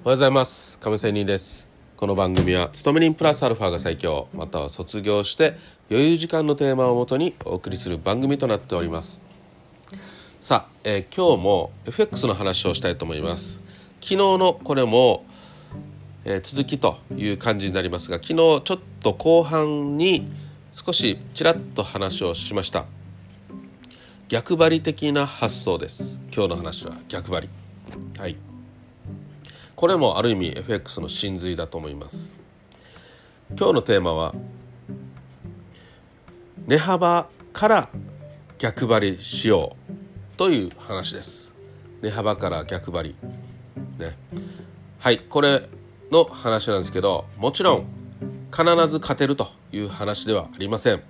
おはようございます。亀仙人です。この番組は勤め人プラスアルファが最強、または卒業して余裕時間のテーマをもとにお送りする番組となっております。さあ、今日も FX の話をしたいと思います。昨日のこれも、続きという感じになりますが、昨日ちょっと後半に少しちらっと話をしました。逆張り的な発想です。今日の話は逆張り。はい。これもある意味 FX の真髄だと思います。今日のテーマは値幅から逆張りしようという話です。値幅から逆張りね。はい、これの話なんですけど、もちろん必ず勝てるという話ではありません。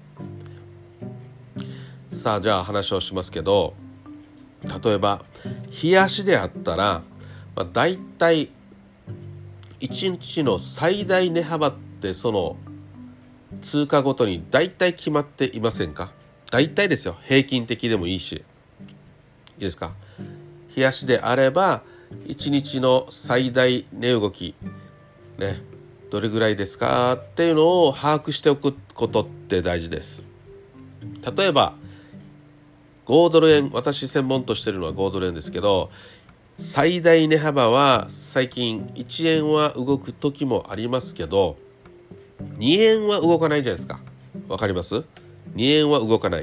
さあ、じゃあ話をしますけど、例えば日足であったら、だいたい1日の最大値幅ってその通貨ごとにだいたい決まっていませんか？だいたいですよ。平均的でもいいし。いいですか？日足であれば1日の最大値動きね、どれぐらいですかっていうのを把握しておくことって大事です。例えば5ドル円、私専門としているのは5ドル円ですけど、最大値幅は最近1円は動く時もありますけど、2円は動かないじゃないですか。わかります？ 2 円は動かない、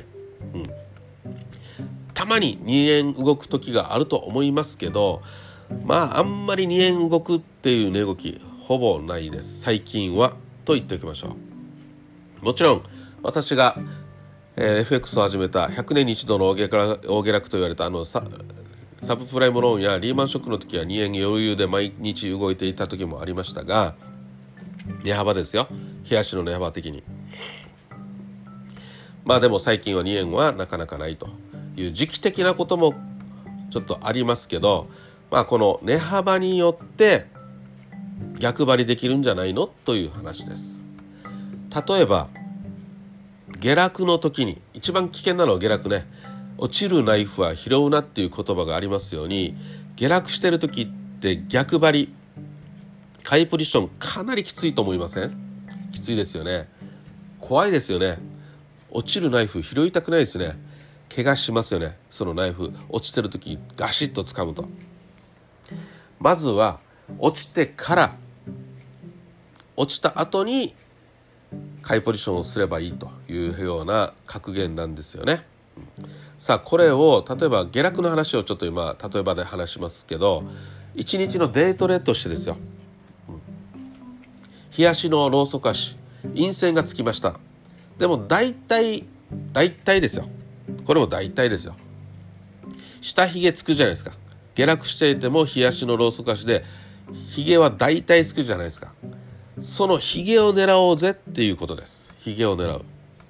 たまに2円動く時があると思いますけど、あんまり2円動くっていう値動きほぼないです、最近はと言っておきましょう。もちろん私が、FX を始めた100年に一度の大下落と言われたサブプライムローンやリーマンショックの時は2円余裕で毎日動いていた時もありましたが、値幅ですよ、日足の値幅的に。でも最近は2円はなかなかないという時期的なこともちょっとありますけど、この値幅によって逆張りできるんじゃないのという話です。例えば下落の時に一番危険なのは下落ね。落ちるナイフは拾うなっていう言葉がありますように、下落してる時って逆張り、買いポジションかなりきついと思いません？きついですよね。怖いですよね。落ちるナイフ拾いたくないですね。怪我しますよね。そのナイフ落ちてる時にガシッと掴むと。まずは落ちてから落ちた後に買いポジションをすればいいというような格言なんですよね。さあ、これを例えば下落の話をちょっと今例えばで話しますけど、1日のデイトレとしてですよ、日足のローソク足陰線がつきました。でも大体ですよ、これも大体ですよ、下髭つくじゃないですか。下落していても日足のローソク足で髭は大体つくじゃないですか。その髭を狙おうぜっていうことです。髭を狙う。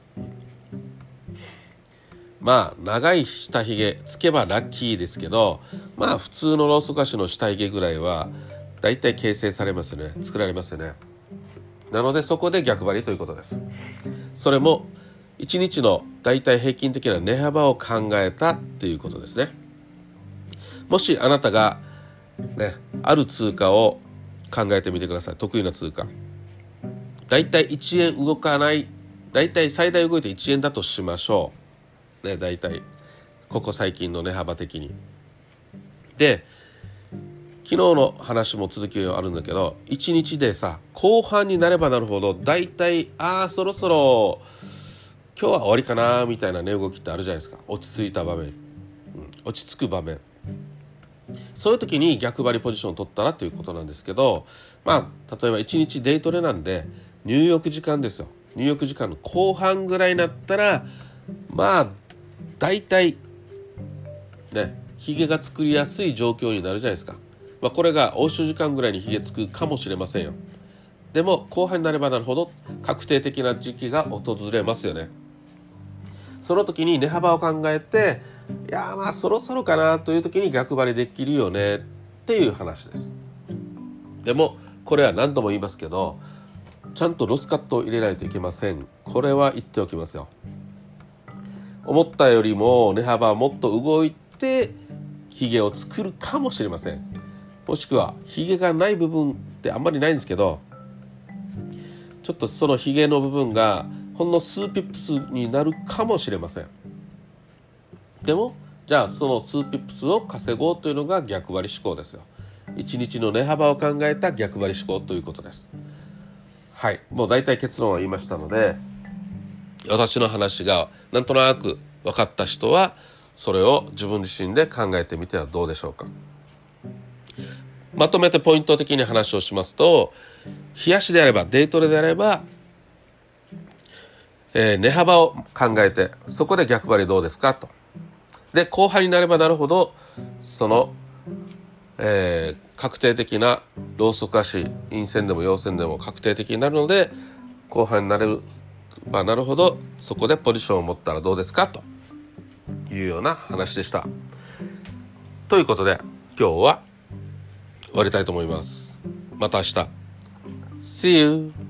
長い下髭つけばラッキーですけど、普通のローソク足の下髭ぐらいはだいたい形成されますよね。作られますよね。なのでそこで逆張りということです。それも1日のだいたい平均的な値幅を考えたっていうことですね。もしあなたがある通貨を考えてみてください。得意な通貨。だいたい1円動かない、だいたい最大動いて1円だとしましょう。だいたいここ最近の値幅的に。で、昨日の話も続きがあるんだけど、1日でさ、後半になればなるほどだいたいそろそろ今日は終わりかなみたいな値動きってあるじゃないですか。落ち着いた場面、落ち着く場面。そういう時に逆張りポジションを取ったらということなんですけど、例えば1日デイトレなんで入浴時間ですよ。入浴時間の後半ぐらいになったらだいたいヒゲが作りやすい状況になるじゃないですか。これが欧州時間ぐらいにヒゲつくかもしれませんよ。でも後半になればなるほど確定的な時期が訪れますよね。その時に値幅を考えて、そろそろかなという時に逆張りできるよねっていう話です。でもこれは何度も言いますけど、ちゃんとロスカットを入れないといけません。これは言っておきますよ。思ったよりも値幅はもっと動いてヒゲを作るかもしれません。 もしくはヒゲがない部分ってあんまりないんですけど、ちょっとそのヒゲの部分がほんの数ピップスになるかもしれません。でもじゃあその数ピップスを稼ごうというのが逆張り思考ですよ。1日の値幅を考えた逆張り思考ということです。はい、もう大体結論は言いましたので、私の話がなんとなく分かった人はそれを自分自身で考えてみてはどうでしょうか。まとめてポイント的に話をしますと、日足であればデイトレであれば、値幅を考えてそこで逆張りどうですかと。で後半になればなるほどその、確定的なローソク足、陰線でも陽線でも確定的になるので、後半になればなるほどそこでポジションを持ったらどうですかというような話でした。ということで今日は終わりたいと思います。また明日。See you!